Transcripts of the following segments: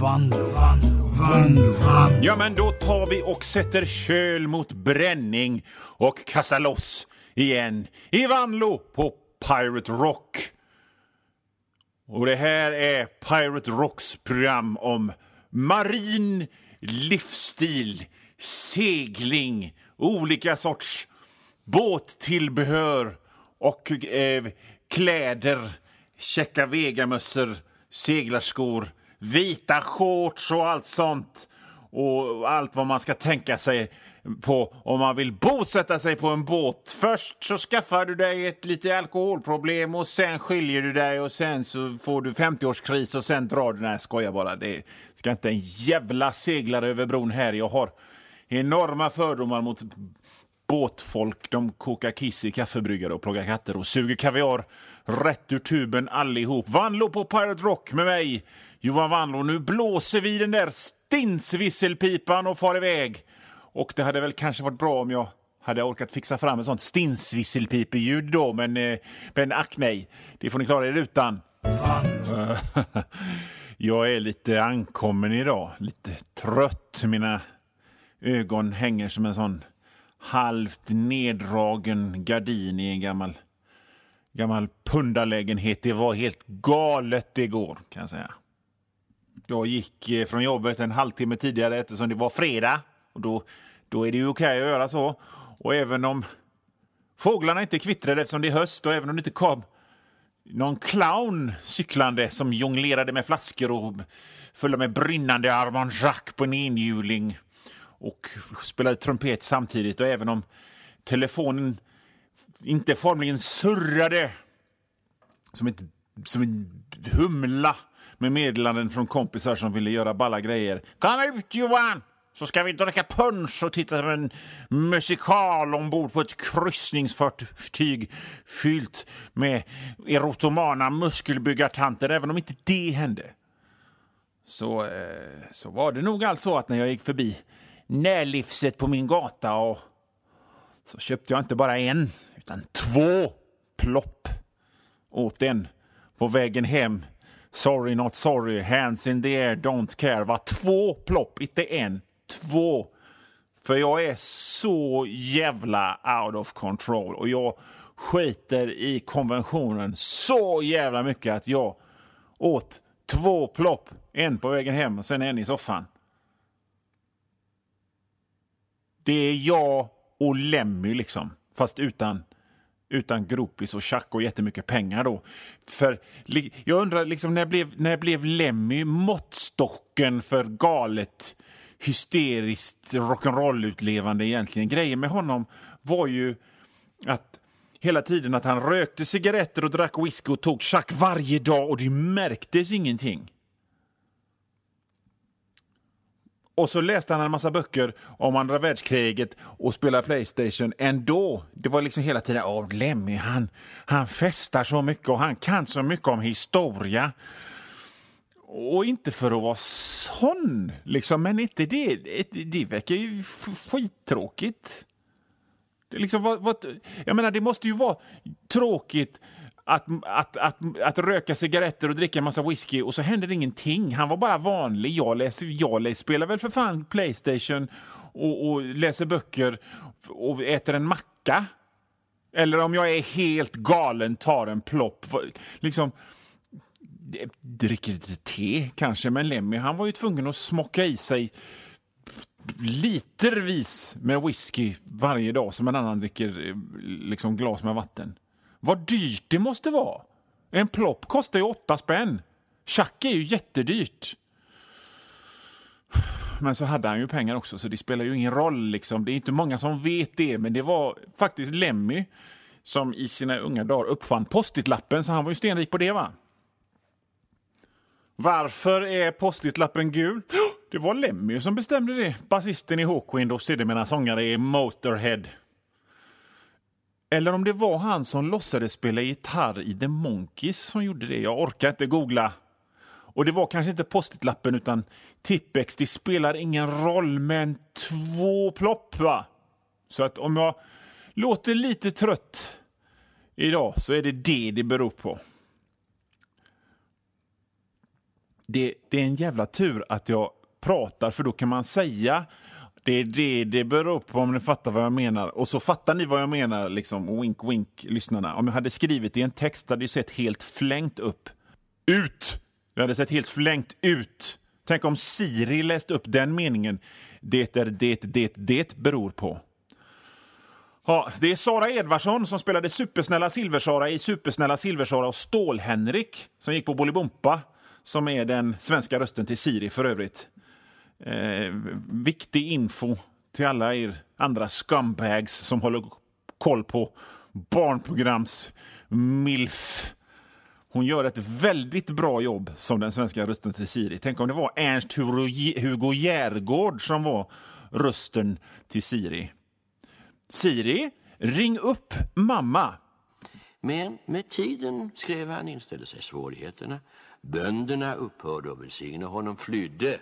Ja, men då tar vi och sätter köl mot bränning och kastar loss igen i Vanlo på Pirate Rock. Och det här är Pirate Rocks program om marin livsstil, segling, olika sorts båttillbehör och kläder, checka vegamössor, seglarskor, vita shorts och allt sånt. Och allt vad man ska tänka sig på om man vill bosätta sig på en båt. Först så skaffar du dig ett lite alkoholproblem och sen skiljer du dig och sen så får du 50-årskris och sen drar du. Nej, skojar bara. Det ska inte en jävla seglare över bron här. Jag har enorma fördomar mot båtfolk. De kokar kiss i kaffebryggare och plågar katter och suger kaviar rätt ur tuben allihop. Vanlo på Pirate Rock med mig, Johan Vanlo. Nu blåser vi den där stinsvisselpipan och far iväg. Och det hade väl kanske varit bra om jag hade orkat fixa fram en sånt stinsvisselpipeljud då. Men ack nej, det får ni klara er utan. Jag är lite ankommen idag. Lite trött. Mina ögon hänger som en sån halvt neddragen gardin i en gammal pundalägenhet. Det var helt galet igår, kan jag säga. Jag gick från jobbet en halvtimme tidigare eftersom det var fredag. Och då är det ju okej att göra så. Och även om fåglarna inte kvittrade eftersom det är höst och även om det inte kom någon clown cyklande som jonglerade med flaskor och följde med brinnande Armand Jacques på en enhjuling och spelade trumpet samtidigt, och även om telefonen inte formligen surrade som en humla med meddelanden från kompisar som ville göra balla grejer. Kom ut, Johan! Så ska vi dricka punsch och titta på en musikal ombord på ett kryssningsfartyg fyllt med erotomana muskelbyggartanter. Även om inte det hände så var det nog alltså att när jag gick förbi närlivset på min gata och så köpte jag inte bara en utan 2 plopp åt en på vägen hem. Sorry not sorry, hands in the air, don't care. Va, 2 plopp, inte en, 2. För jag är så jävla out of control och jag skiter i konventionen så jävla mycket att jag åt 2 plopp, en på vägen hem och sen en i soffan. Det är jag och Lemmy liksom, fast utan gropis och tjack och jättemycket pengar då. För jag undrar liksom, när blev Lemmy måttstocken för galet hysteriskt rock'n'roll-utlevande egentligen? Grejen med honom var ju att hela tiden att han rökte cigaretter och drack whisky och tog tjack varje dag och det märktes ingenting. Och så läste han en massa böcker om andra världskriget och spelade PlayStation ändå. Det var liksom hela tiden, Lemmy, han festar så mycket och han kan så mycket om historia. Och inte för att vara sån, liksom, men inte det verkar ju skittråkigt. Det liksom jag menar, det måste ju vara tråkigt att röka cigaretter och dricka en massa whisky och så händer det ingenting. Han var bara vanlig. Jag spelar väl för fan PlayStation och läser böcker och äter en macka. Eller om jag är helt galen tar en plopp. Liksom, dricker lite te kanske, men Lemmy, han var ju tvungen att smocka i sig litervis med whisky varje dag som en annan dricker liksom glas med vatten. Vad dyrt det måste vara. En plopp kostar ju 8 spänn. Tjack är ju jättedyrt. Men så hade han ju pengar också, så det spelar ju ingen roll liksom. Det är inte många som vet det, men det var faktiskt Lemmy som i sina unga dagar uppfann postitlappen, så han var ju stenrik på det, va? Varför är postitlappen gul? Det var Lemmy som bestämde det. Basisten i Hawkwind och sedermera sångare i Motorhead. Eller om det var han som låtsades spela gitarr i The Monkees som gjorde det. Jag orkar inte googla. Och det var kanske inte postitlappen utan Tippex. Det spelar ingen roll, men 2 plopp, va? Så att om jag låter lite trött idag så är det beror på. Det är en jävla tur att jag pratar, för då kan man säga det beror på om ni fattar vad jag menar. Och så fattar ni vad jag menar, liksom, wink wink lyssnarna. Om jag hade skrivit i en text hade det sett helt flängt upp. Ut! Det hade sett helt flängt ut. Tänk om Siri läste upp den meningen. Det är det beror på. Ja, det är Sara Edvardsson som spelade Supersnälla Silversara i Supersnälla Silversara och Stål-Henrik som gick på Bolibompa, som är den svenska rösten till Siri för övrigt. Viktig info till alla er andra scumbags som håller koll på barnprograms MILF. Hon gör ett väldigt bra jobb som den svenska rösten till Siri. Tänk om det var Ernst Hugo Järgård som var rösten till Siri. Siri, ring upp mamma. Men med tiden, skrev han, inställde sig svårigheterna. Bönderna upphörde att välsigna honom, flydde.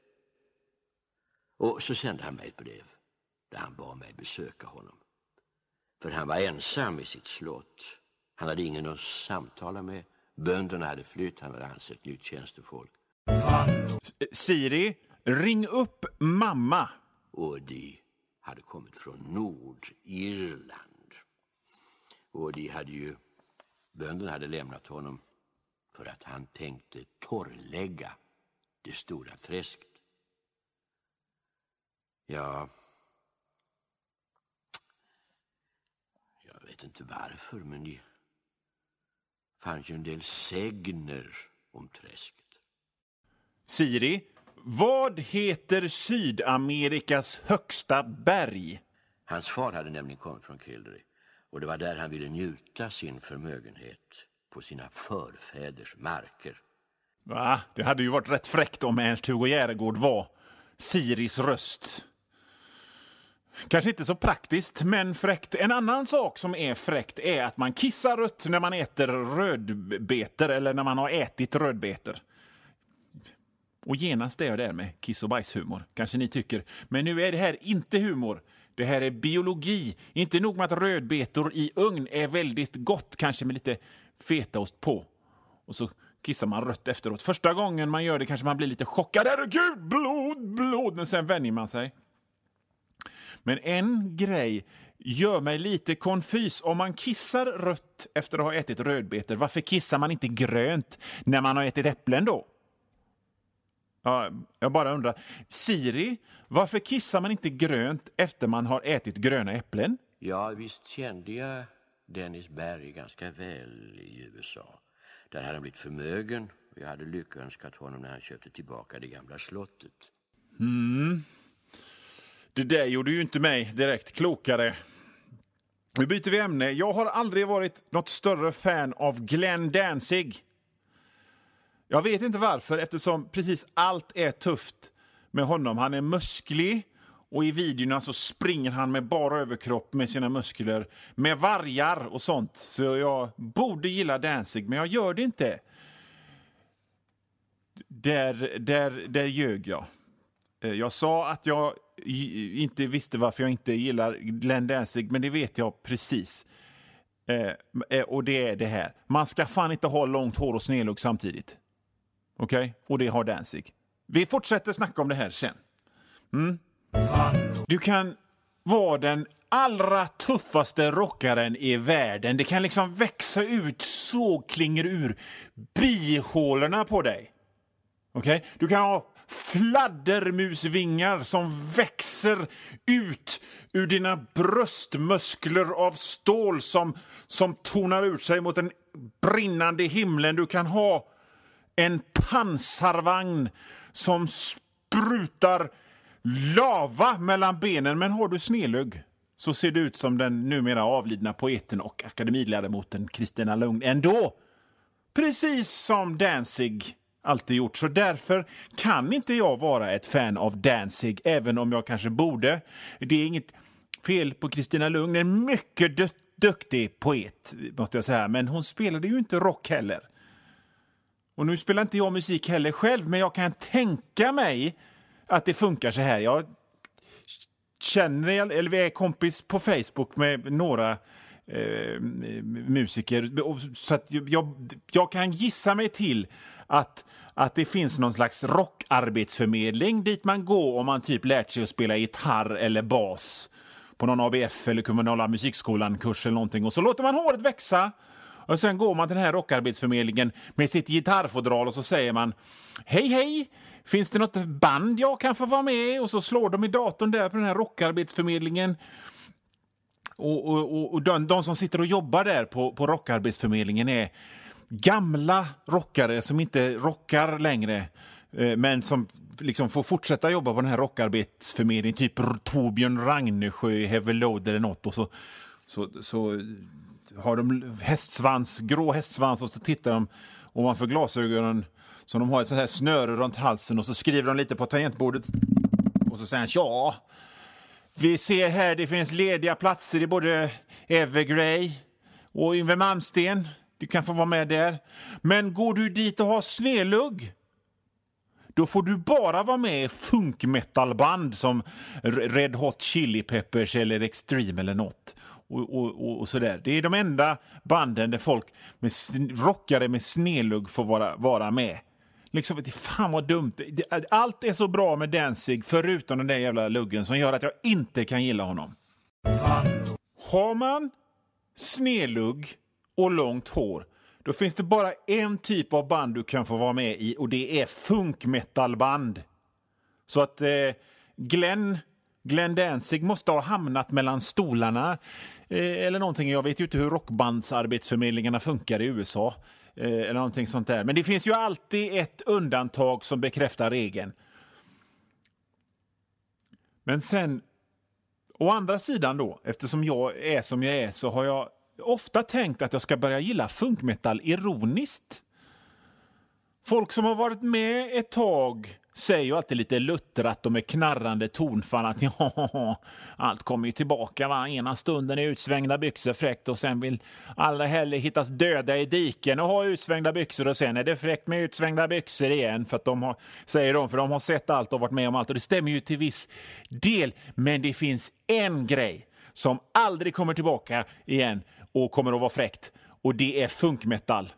Och så sände han mig ett brev där han bad mig besöka honom. För han var ensam i sitt slott. Han hade ingen att samtala med. Bönderna hade flytt, han hade ansett nytt tjänstefolk. Siri, ring upp mamma. Och de hade kommit från Nordirland. Och bönderna hade lämnat honom för att han tänkte torrlägga det stora träsket. Ja, jag vet inte varför, men det fanns ju en del sägner om träsket. Siri, vad heter Sydamerikas högsta berg? Hans far hade nämligen kommit från Kildare, och det var där han ville njuta sin förmögenhet på sina förfäders marker. Va? Det hade ju varit rätt fräckt om Ernst Hugo Järgård var Siris röst. Kanske inte så praktiskt, men fräckt. En annan sak som är fräckt är att man kissar rött när man äter rödbetor eller när man har ätit rödbetor. Och genast är jag där med kiss- och bajshumor, kanske ni tycker. Men nu är det här inte humor. Det här är biologi. Inte nog med att rödbetor i ugn är väldigt gott, kanske med lite fetaost på. Och så kissar man rött efteråt. Första gången man gör det kanske man blir lite chockad. Herregud, blod! Men sen vänjer man sig. Men en grej gör mig lite konfys. Om man kissar rött efter att ha ätit rödbetor, varför kissar man inte grönt när man har ätit äpplen då? Ja, jag bara undrar. Siri, varför kissar man inte grönt efter man har ätit gröna äpplen? Ja, visst kände jag Dennis Berg ganska väl i USA. Där hade han blivit förmögen och jag hade lyckönskat honom när han köpte tillbaka det gamla slottet. Det där gjorde ju inte mig direkt klokare. Nu byter vi ämne. Jag har aldrig varit något större fan av Glenn Danzig. Jag vet inte varför, eftersom precis allt är tufft med honom. Han är musklig och i videorna så springer han med bara överkropp med sina muskler. Med vargar och sånt. Så jag borde gilla Danzig, men jag gör det inte. Där ljög jag. Jag sa att jag inte visste varför jag inte gillar Glenn Danzig, men det vet jag precis. Och det är det här. Man ska fan inte ha långt hår och snedlugg samtidigt. Okej? Och det har Danzig. Vi fortsätter snacka om det här sen. Du kan vara den allra tuffaste rockaren i världen. Det kan liksom växa ut sågklingor ur bihålorna på dig. Okej? Du kan ha fladdermusvingar som växer ut ur dina bröstmuskler av stål som tonar ut sig mot den brinnande himlen. Du kan ha en pansarvagn som sprutar lava mellan benen. Men har du snedlugg så ser det ut som den numera avlidna poeten och akademiledamoten Kristina Lugn ändå. Precis som Danzig alltid gjort. Så därför kan inte jag vara ett fan av Danzig, även om jag kanske borde. Det är inget fel på Kristina Lugn. En mycket duktig poet, måste jag säga. Men hon spelade ju inte rock heller. Och nu spelar inte jag musik heller själv, men jag kan tänka mig att det funkar så här. Jag känner, eller vi är kompis på Facebook med några musiker. Så att jag kan gissa mig till att det finns någon slags rockarbetsförmedling dit man går om man typ lärt sig att spela gitarr eller bas på någon ABF eller kommunala musikskolan-kurs eller någonting. Och så låter man håret växa. Och sen går man till den här rockarbetsförmedlingen med sitt gitarrfodral och så säger man: hej, finns det något band jag kan få vara med i? Och så slår de i datorn där på den här rockarbetsförmedlingen. Och de som sitter och jobbar där på rockarbetsförmedlingen är gamla rockare som inte rockar längre, men som liksom får fortsätta jobba på den här rockarbetsförmedlingen, typ Torbjörn Ragnesjö i Heavy Load eller något. Och så har de grå hästsvans och så tittar de ovanför glasögonen som de har ett sånt här snöre runt halsen och så skriver de lite på tangentbordet och så säger han: ja, vi ser här det finns lediga platser i både Evergrey och Yngve Malmsten. Du kan få vara med där. Men går du dit och har snelugg, då får du bara vara med i funkmetalband som Red Hot Chili Peppers eller Extreme eller något. Och sådär. Det är de enda banden där folk med rockare med snelugg får vara med. Liksom, fan vad dumt. Allt är så bra med Danzig förutom den där jävla luggen som gör att jag inte kan gilla honom. Har man snelugg och långt hår, då finns det bara en typ av band du kan få vara med i, och det är funkmetalband. Så att Glenn Danzig måste ha hamnat mellan stolarna eller någonting. Jag vet ju inte hur rockbandsarbetsförmedlingarna funkar i USA eller någonting sånt där. Men det finns ju alltid ett undantag som bekräftar regeln. Men sen, å andra sidan då, eftersom jag är som jag är, så har jag ofta tänkt att jag ska börja gilla funkmetall ironiskt. Folk som har varit med ett tag säger ju alltid lite luttrat och med knarrande tonfall att ja, allt kommer ju tillbaka, va? Ena stunden är utsvängda byxor fräckt och sen vill alla hellre hittas döda i diken och ha utsvängda byxor, och sen är det fräckt med utsvängda byxor igen för att för de har sett allt och varit med om allt, och det stämmer ju till viss del, men det finns en grej som aldrig kommer tillbaka igen och kommer att vara fräckt, och det är funkmetall.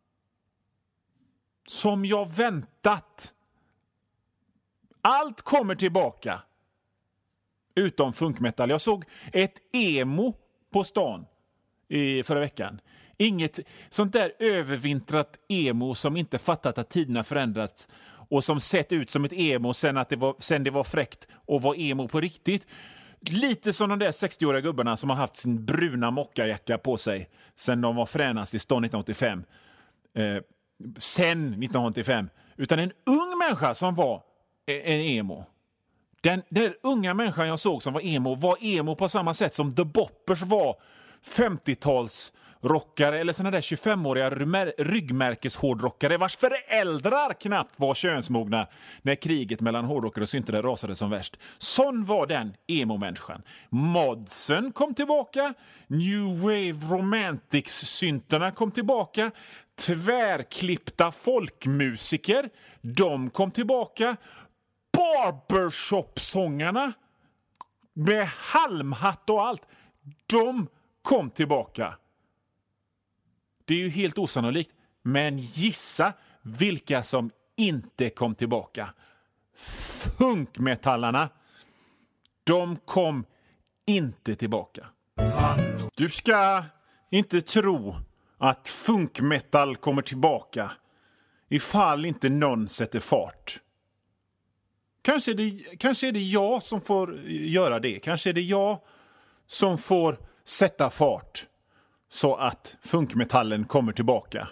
Som jag väntat. Allt kommer tillbaka utom funkmetall. Jag såg ett emo på stan förra veckan. Inget sånt där övervintrat emo som inte fattat att tiderna förändrats och som sett ut som ett emo sen det var fräckt och var emo på riktigt. Lite som de där 60-åriga gubbarna som har haft sin bruna mockajacka på sig sen de var fränast i stan 1985. Sen 1985. Utan en ung människa som var en emo. Den unga människan jag såg som var emo på samma sätt som The Boppers var 50-tals rockare eller såna där 25-åriga ryggmärkeshårdrockare vars föräldrar knappt var könsmogna när kriget mellan hårdrockare och syntare rasade som värst. Sån var den emo-människan. Modsen kom tillbaka, New Wave Romantics-syntarna kom tillbaka, tvärklippta folkmusiker, de kom tillbaka, barbershop-sångarna med halmhatt och allt, de kom tillbaka. Det är ju helt osannolikt, men gissa vilka som inte kom tillbaka. Funkmetallarna. De kom inte tillbaka. Du ska inte tro att funkmetall kommer tillbaka ifall inte någon sätter fart. Kanske är det jag som får göra det. Kanske är det jag som får sätta fart så att funkmetallen kommer tillbaka.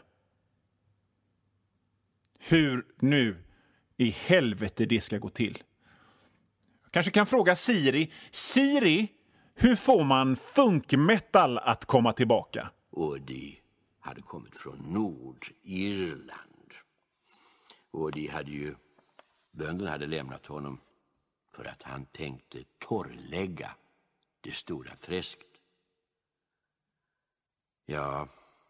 Hur nu i helvete det ska gå till. Jag kanske kan fråga Siri. Siri, hur får man funkmetal att komma tillbaka? Och de hade kommit från Nordirland. Och bönderna hade lämnat honom för att han tänkte torrlägga det stora träsket. Ja,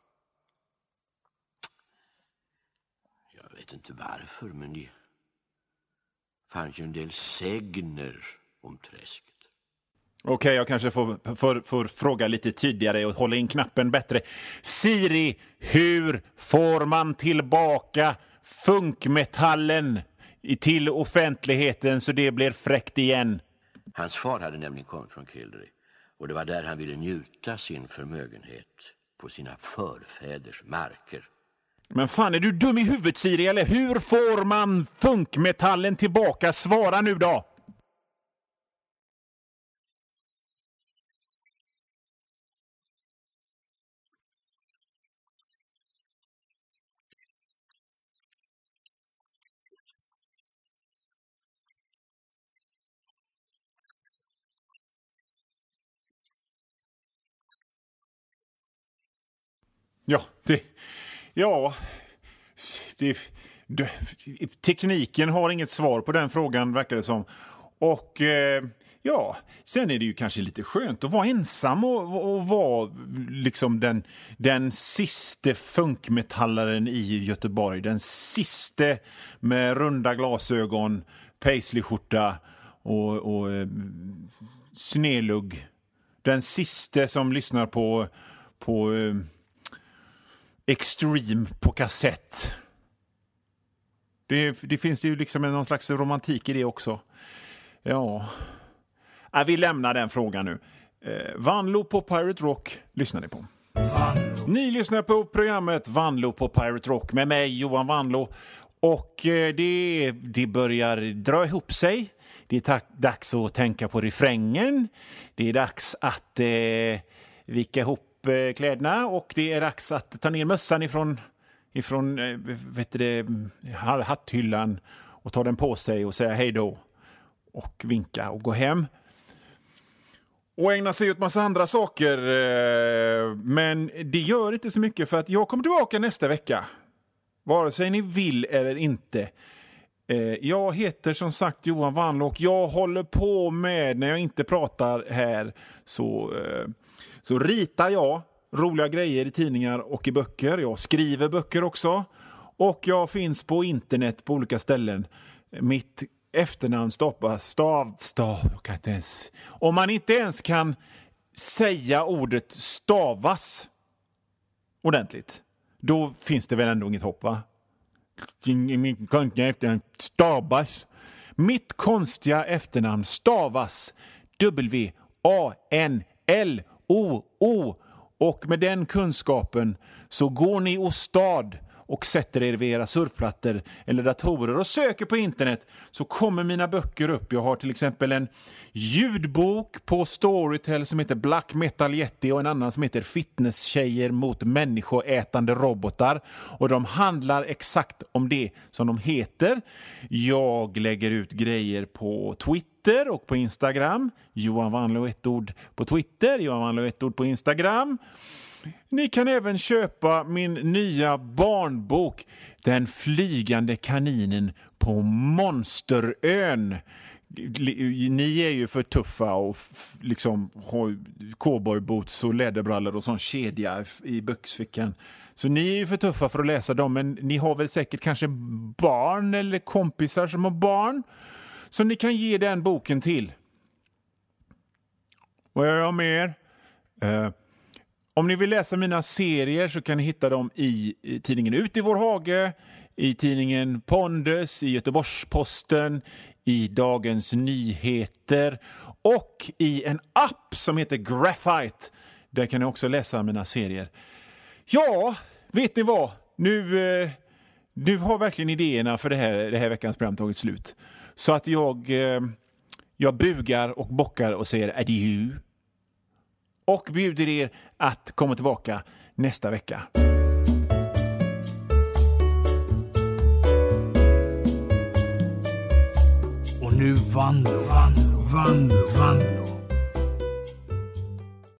jag vet inte varför, men det fanns ju en del sägner om träsket. Okej, jag kanske får fråga lite tydligare och hålla in knappen bättre. Siri, hur får man tillbaka funkmetallen till offentligheten så det blir fräckt igen? Hans far hade nämligen kommit från Kildare och det var där han ville njuta sin förmögenhet på sina förfäders marker. Men fan, är du dum i huvudet, Siri? Eller hur får man funkmetallen tillbaka? Svara nu då! Tekniken har inget svar på den frågan, verkar det som. Och sen är det ju kanske lite skönt att vara ensam och vara liksom den sista funkmetallaren i Göteborg. Den sista med runda glasögon, paisleyskjorta och snelugg. Den sista som lyssnar på Extreme på kassett. Det finns ju liksom någon slags romantik i det också. Ja. Vi lämnar den frågan nu. Vanlo på Pirate Rock lyssnar ni på. Ni lyssnar på programmet Vanlo på Pirate Rock med mig, Johan Vanlo. Och det börjar dra ihop sig. Det är dags att tänka på refrängen. Det är dags att vika ihop kläderna och det är dags att ta ner mössan ifrån hatthyllan och ta den på sig och säga hej då och vinka och gå hem och ägna sig åt massa andra saker, men det gör inte så mycket för att jag kommer tillbaka nästa vecka vare sig ni vill eller inte. Jag heter som sagt Johan Vanlo och jag håller på med, när jag inte pratar här så ritar jag roliga grejer i tidningar och i böcker. Jag skriver böcker också. Och jag finns på internet på olika ställen. Mitt efternamn jag kan inte ens. Om man inte ens kan säga ordet stavas ordentligt, då finns det väl ändå inget hopp, va? Mitt konstiga efternamn stavas. Mitt konstiga efternamn stavas W-A-N-L-O-O. Och med den kunskapen så går ni åstad och sätter er vid era surfplattor eller datorer och söker på internet, så kommer mina böcker upp. Jag har till exempel en ljudbok på Storytel som heter Black Metal Yeti och en annan som heter Fitnesstjejer mot människoätande robotar. Och de handlar exakt om det som de heter. Jag lägger ut grejer på Twitter och på Instagram. Johan Vanlo ett ord på Twitter, Johan Vanlo ett ord på Instagram. Ni kan även köpa min nya barnbok Den flygande kaninen på Monsterön. Ni är ju för tuffa och liksom har cowboyboots och läderbrallor och sån kedja i byxfickan. Så ni är ju för tuffa för att läsa dem, men ni har väl säkert kanske barn eller kompisar som har barn som ni kan ge den boken till. Vad gör jag mer? Om ni vill läsa mina serier så kan ni hitta dem i tidningen Ut i vår hage, i tidningen Pondus, i Göteborgs-Posten, i Dagens Nyheter och i en app som heter Graphite. Där kan ni också läsa mina serier. Ja, vet ni vad? Nu har verkligen idéerna för det här veckans program tagit slut. Så att jag bugar och bockar och säger adjö. Och bjuder er att komma tillbaka nästa vecka. Och nu Vanlo.